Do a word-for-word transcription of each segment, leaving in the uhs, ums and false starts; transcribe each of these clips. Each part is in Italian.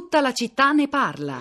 Tutta la città ne parla.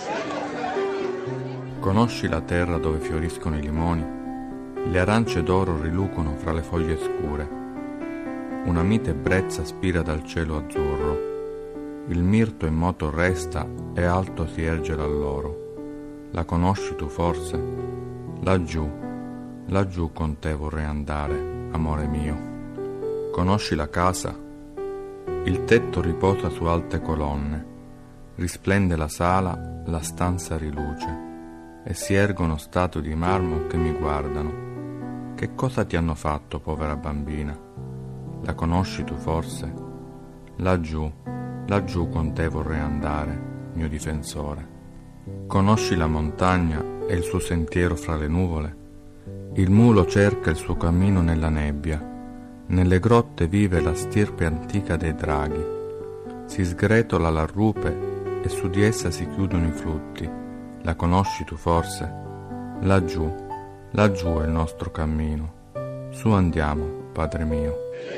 Conosci la terra dove fioriscono i limoni? Le arance d'oro rilucono fra le foglie scure. Una mite brezza spira dal cielo azzurro. Il mirto in moto resta e alto si erge dall'oro. La conosci tu forse? Laggiù, laggiù con te vorrei andare, amore mio. Conosci la casa? Il tetto riposa su alte colonne. Risplende la sala, la stanza riluce. E si ergono statue di marmo che mi guardano. Che cosa ti hanno fatto, povera bambina? La conosci tu forse? Laggiù, laggiù con te vorrei andare, mio difensore. Conosci la montagna e il suo sentiero fra le nuvole? Il mulo cerca il suo cammino nella nebbia. Nelle grotte vive la stirpe antica dei draghi. Si sgretola la rupe e su di essa si chiudono i flutti. La conosci tu forse? Laggiù, laggiù è il nostro cammino. Su andiamo, Padre mio.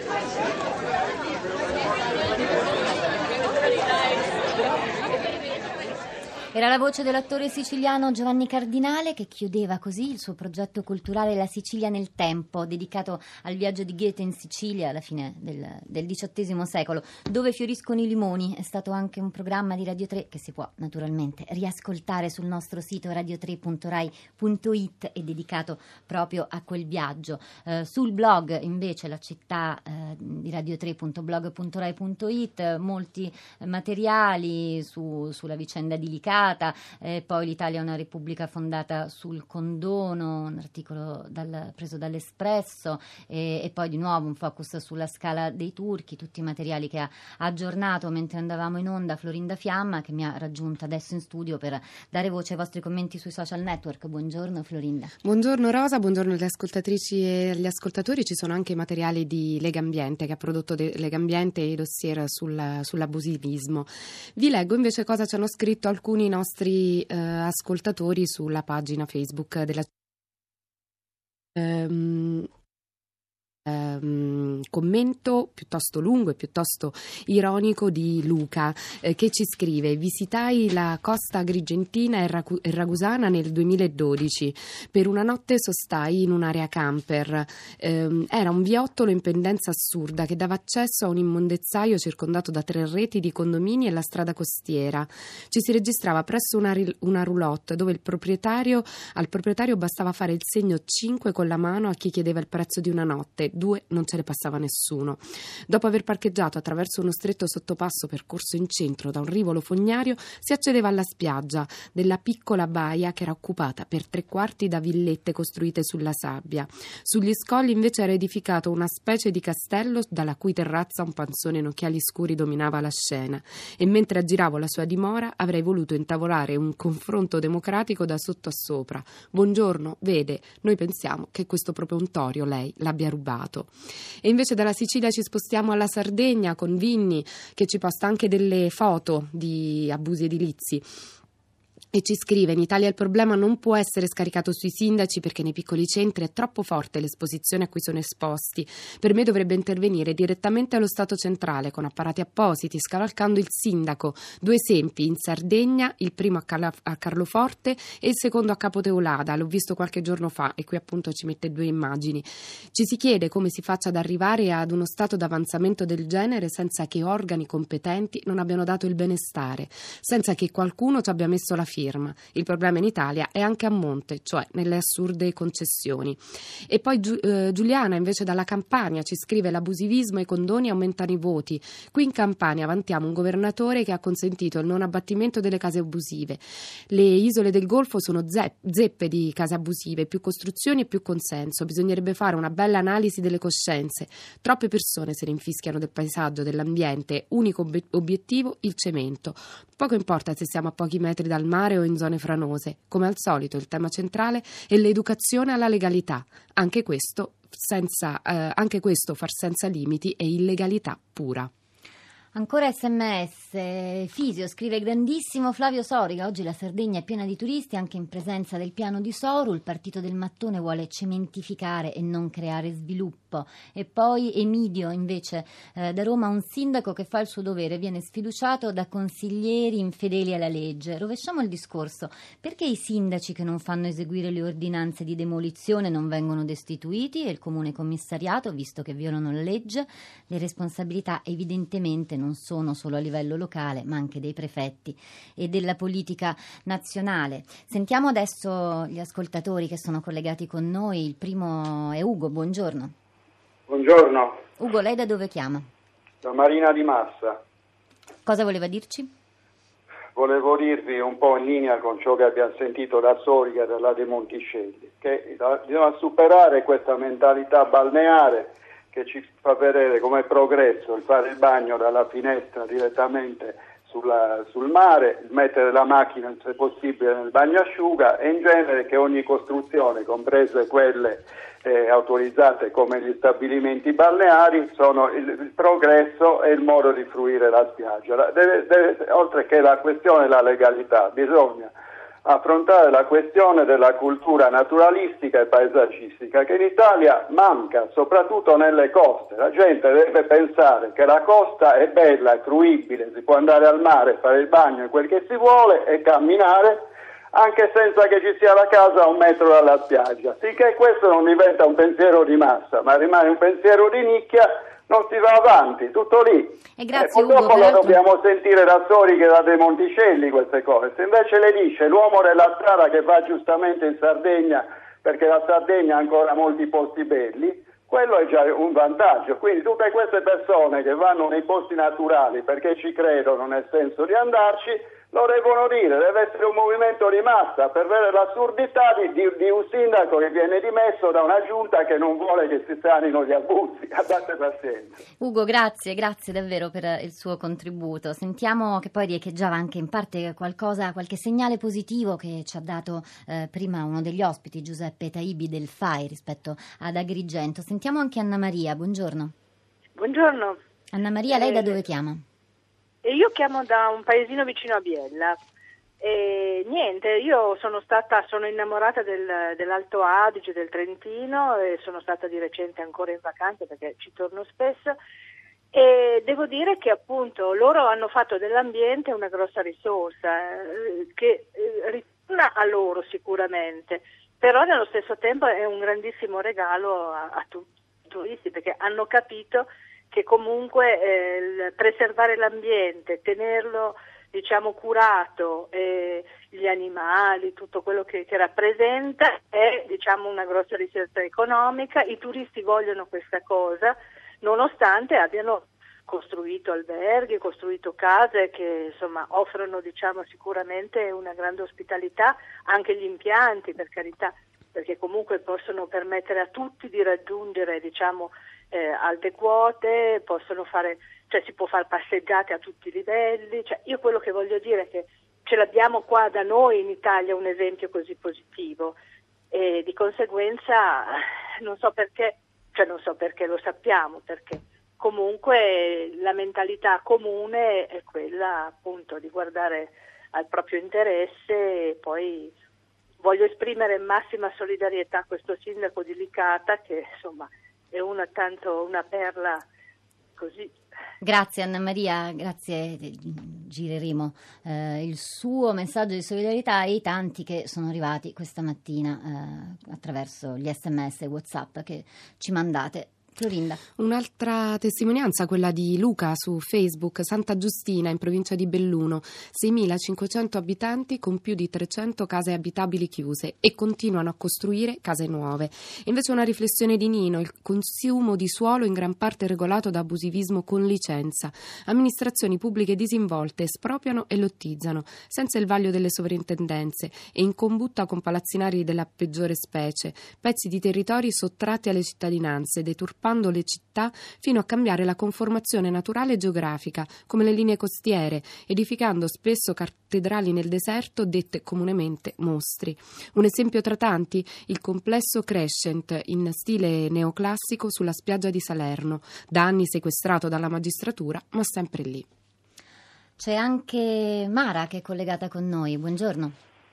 Era la voce dell'attore siciliano Giovanni Cardinale, che chiudeva così il suo progetto culturale La Sicilia nel tempo, dedicato al viaggio di Goethe in Sicilia alla fine del, del diciottesimo secolo, dove fioriscono i limoni. È stato anche un programma di Radio tre che si può naturalmente riascoltare sul nostro sito radio tre punto rai punto it e dedicato proprio a quel viaggio. Eh, sul blog invece la città eh, di radio tre punto blog punto rai punto it, molti materiali su, sulla vicenda di Licata. Eh, poi l'Italia è una repubblica fondata sul condono, un articolo dal, preso dall'Espresso, e, e poi di nuovo un focus sulla scala dei turchi, tutti i materiali che ha aggiornato mentre andavamo in onda Florinda Fiamma, che mi ha raggiunta adesso in studio per dare voce ai vostri commenti sui social network. Buongiorno Florinda. Buongiorno Rosa, buongiorno alle ascoltatrici e agli ascoltatori. Ci sono anche i materiali di Legambiente, che ha prodotto de- Legambiente e i dossier sul, sull'abusivismo. Vi leggo invece cosa ci hanno scritto alcuni nostri eh, ascoltatori sulla pagina Facebook della ehm, ehm, commento piuttosto lungo e piuttosto ironico di Luca, eh, che ci scrive: visitai la costa agrigentina e Ragu- e ragusana nel duemiladodici. Per una notte sostai in un'area camper. Eh, era un viottolo in pendenza assurda che dava accesso a un immondezzaio circondato da tre reti di condomini e la strada costiera. Ci si registrava presso una, una roulotte dove il proprietario al proprietario bastava fare il segno cinque con la mano a chi chiedeva il prezzo di una notte. Due non ce ne passava nessuno. Dopo aver parcheggiato attraverso uno stretto sottopasso percorso in centro da un rivolo fognario, si accedeva alla spiaggia della piccola baia che era occupata per tre quarti da villette costruite sulla sabbia. Sugli scogli invece era edificato una specie di castello dalla cui terrazza un panzone in occhiali scuri dominava la scena, e mentre aggiravo la sua dimora avrei voluto intavolare un confronto democratico da sotto a sopra. Buongiorno, vede, noi pensiamo che questo propontorio lei l'abbia rubato. E invece dalla Sicilia ci spostiamo alla Sardegna con Vinni, che ci posta anche delle foto di abusi edilizi. E ci scrive: in Italia il problema non può essere scaricato sui sindaci, perché nei piccoli centri è troppo forte l'esposizione a cui sono esposti. Per me dovrebbe intervenire direttamente allo Stato centrale con apparati appositi, scavalcando il sindaco. Due esempi: in Sardegna, il primo a, Cala- a Carloforte e il secondo a Capoteulada. L'ho visto qualche giorno fa e qui appunto ci mette due immagini. Ci si chiede come si faccia ad arrivare ad uno stato d'avanzamento del genere senza che organi competenti non abbiano dato il benestare, senza che qualcuno ci abbia messo la firma. Il problema in Italia è anche a monte, cioè nelle assurde concessioni. E poi Giu- eh, Giuliana invece dalla Campania ci scrive: l'abusivismo e i condoni aumentano i voti. Qui in Campania vantiamo un governatore che ha consentito il non abbattimento delle case abusive. Le isole del Golfo sono ze- zeppe di case abusive, più costruzioni e più consenso. Bisognerebbe fare una bella analisi delle coscienze. Troppe persone se ne infischiano del paesaggio, dell'ambiente, unico ob- obiettivo il cemento. Poco importa se siamo a pochi metri dal mare o in zone franose. Come al solito il tema centrale è l'educazione alla legalità. Anche questo senza, eh, anche questo far senza limiti è illegalità pura. Ancora sms, Fisio scrive: grandissimo Flavio Soriga, oggi la Sardegna è piena di turisti anche in presenza del piano di Soru, il partito del mattone vuole cementificare e non creare sviluppo. E poi Emidio invece eh, da Roma, un sindaco che fa il suo dovere viene sfiduciato da consiglieri infedeli alla legge. Rovesciamo il discorso: perché i sindaci che non fanno eseguire le ordinanze di demolizione non vengono destituiti e il comune commissariato, visto che violano la legge? Le responsabilità evidentemente non non sono solo a livello locale, ma anche dei prefetti e della politica nazionale. Sentiamo adesso gli ascoltatori che sono collegati con noi. Il primo è Ugo, buongiorno. Buongiorno. Ugo, lei da dove chiama? Da Marina di Massa. Cosa voleva dirci? Volevo dirvi un po' in linea con ciò che abbiamo sentito da Soriga e dalla De Monticelli, che bisogna superare questa mentalità balneare che ci fa vedere come progresso il fare il bagno dalla finestra direttamente sulla, sul mare, mettere la macchina se possibile nel bagnasciuga e in genere che ogni costruzione, comprese quelle eh, autorizzate come gli stabilimenti balneari, sono il, il progresso e il modo di fruire la spiaggia. Deve, deve, oltre che la questione della legalità, bisogna affrontare la questione della cultura naturalistica e paesaggistica che in Italia manca, soprattutto nelle coste. La gente deve pensare che la costa è bella, è fruibile, si può andare al mare, fare il bagno e quel che si vuole e camminare anche senza che ci sia la casa a un metro dalla spiaggia. Finché questo non diventa un pensiero di massa, ma rimane un pensiero di nicchia, non si va avanti, tutto lì. E grazie, e purtroppo Ugo, lo dobbiamo sentire da Soriga e da De Monticelli queste cose. Se invece le dice l'uomo della strada che va giustamente in Sardegna, perché la Sardegna ha ancora molti posti belli, quello è già un vantaggio. Quindi tutte queste persone che vanno nei posti naturali perché ci credono nel senso di andarci, lo devono dire, deve essere un movimento di massa per vedere l'assurdità di, di, di un sindaco che viene dimesso da una giunta che non vuole che si sanino gli abusi. Abbatte pazienza. Ugo, grazie, grazie davvero per il suo contributo. Sentiamo che poi riecheggiava anche in parte qualcosa, qualche segnale positivo che ci ha dato eh, prima uno degli ospiti, Giuseppe Taibi del F A I, rispetto ad Agrigento. Sentiamo anche Anna Maria, buongiorno. Buongiorno. Anna Maria, lei da dove chiama? E io chiamo da un paesino vicino a Biella. E niente, io sono stata, sono innamorata del, dell'Alto Adige, del Trentino, e sono stata di recente ancora in vacanza perché ci torno spesso. E devo dire che appunto loro hanno fatto dell'ambiente una grossa risorsa eh, che eh, ritorna a loro sicuramente, però nello stesso tempo è un grandissimo regalo a, a tutti i turisti, perché hanno capito che comunque eh, preservare l'ambiente, tenerlo diciamo curato, eh, gli animali, tutto quello che, che rappresenta è diciamo una grossa risorsa economica. I turisti vogliono questa cosa nonostante abbiano costruito alberghi, costruito case che insomma offrono diciamo sicuramente una grande ospitalità, anche gli impianti per carità, perché comunque possono permettere a tutti di raggiungere diciamo eh, alte quote, possono fare, cioè si può fare passeggiate a tutti i livelli, cioè io quello che voglio dire è che ce l'abbiamo qua da noi in Italia un esempio così positivo e di conseguenza non so perché, cioè non so perché lo sappiamo, perché comunque la mentalità comune è quella appunto di guardare al proprio interesse e poi voglio esprimere massima solidarietà a questo sindaco di Licata che insomma è una tanto una perla così. Grazie Anna Maria, grazie, gireremo eh, il suo messaggio di solidarietà e i tanti che sono arrivati questa mattina eh, attraverso gli sms e WhatsApp che ci mandate. Florinda. Un'altra testimonianza, quella di Luca su Facebook, Santa Giustina in provincia di Belluno, seimilacinquecento abitanti con più di trecento case abitabili chiuse e continuano a costruire case nuove. Invece una riflessione di Nino, il consumo di suolo in gran parte regolato da abusivismo con licenza, amministrazioni pubbliche disinvolte espropriano e lottizzano senza il vaglio delle sovrintendenze e in combutta con palazzinari della peggiore specie, pezzi di territori sottratti alle cittadinanze, deturpati sviluppando le città fino a cambiare la conformazione naturale e geografica, come le linee costiere, edificando spesso cattedrali nel deserto dette comunemente mostri. Un esempio tra tanti, il complesso Crescent in stile neoclassico sulla spiaggia di Salerno, da anni sequestrato dalla magistratura, ma sempre lì. C'è anche Mara che è collegata con noi. Buongiorno.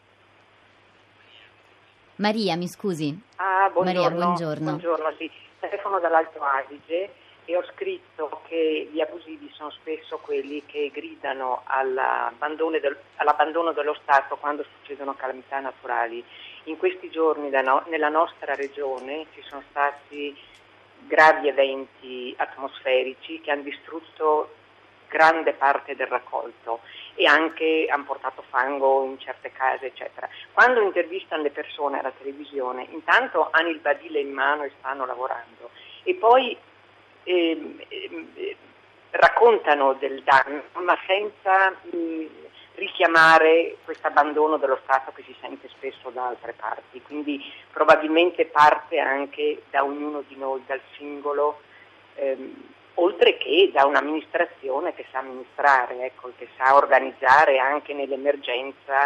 Maria, mi scusi. Ah, buongiorno. Maria, buongiorno. Buongiorno, sì. Telefono dall'Alto Adige e ho scritto che gli abusivi sono spesso quelli che gridano all'abbandono, del, all'abbandono dello Stato quando succedono calamità naturali. In questi giorni da no, nella nostra regione ci sono stati gravi eventi atmosferici che hanno distrutto grande parte del raccolto e anche hanno portato fango in certe case, eccetera. Quando intervistano le persone alla televisione, intanto hanno il badile in mano e stanno lavorando e poi eh, eh, raccontano del danno, ma senza mh, richiamare questo abbandono dello Stato che si sente spesso da altre parti. Quindi probabilmente parte anche da ognuno di noi, dal singolo, ehm, oltre che da un'amministrazione che sa amministrare, ecco, che sa organizzare anche nell'emergenza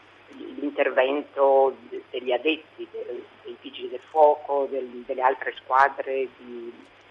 l'intervento degli addetti, dei, dei vigili del fuoco, del, delle altre squadre di,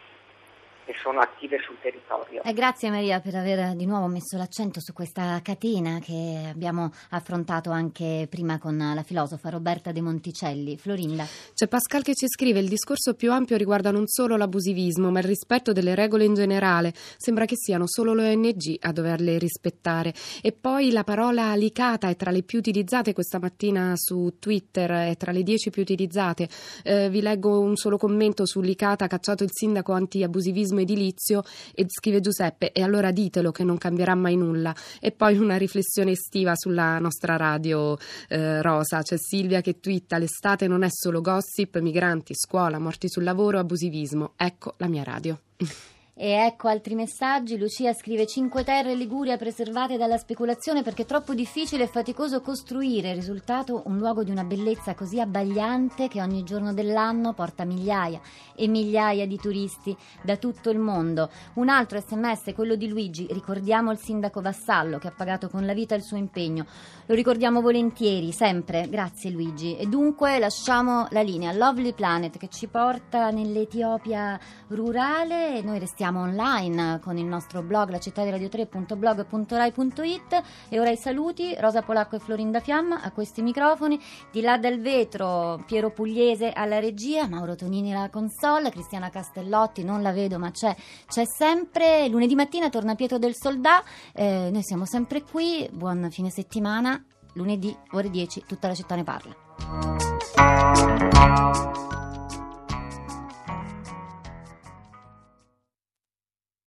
che sono attive sul territorio. Eh, grazie Maria per aver di nuovo messo l'accento su questa catena che abbiamo affrontato anche prima con la filosofa Roberta De Monticelli. Florinda. C'è Pascal che ci scrive: il discorso più ampio riguarda non solo l'abusivismo ma il rispetto delle regole in generale. Sembra che siano solo le O N G a doverle rispettare. E poi la parola licata è tra le più utilizzate questa mattina su Twitter, è tra le dieci più utilizzate. Eh, vi leggo un solo commento su licata: cacciato il sindaco anti-abusivismo edilizio, e scrive Giuseppe: e allora ditelo che non cambierà mai nulla. E poi una riflessione estiva sulla nostra radio eh, rosa. C'è Silvia che twitta: l'estate non è solo gossip, migranti, scuola, morti sul lavoro, abusivismo. Ecco la mia radio. E ecco altri messaggi. Lucia scrive: Cinque Terre e Liguria preservate dalla speculazione perché è troppo difficile e faticoso costruire. Il risultato un luogo di una bellezza così abbagliante che ogni giorno dell'anno porta migliaia e migliaia di turisti da tutto il mondo. Un altro sms, quello di Luigi: ricordiamo il sindaco Vassallo che ha pagato con la vita il suo impegno. Lo ricordiamo volentieri, sempre. Grazie Luigi. E dunque lasciamo la linea Lovely Planet che ci porta nell'Etiopia rurale e noi restiamo online con il nostro blog la città di radio tre punto blog punto rai punto it. E ora i saluti: Rosa Polacco e Florinda Fiamma a questi microfoni, di là dal vetro Piero Pugliese alla regia, Mauro Tonini alla console, Cristiana Castellotti non la vedo ma c'è, c'è sempre. Lunedì mattina torna Pietro del Soldà, eh, noi siamo sempre qui. Buon fine settimana. Lunedì ore dieci tutta la città ne parla.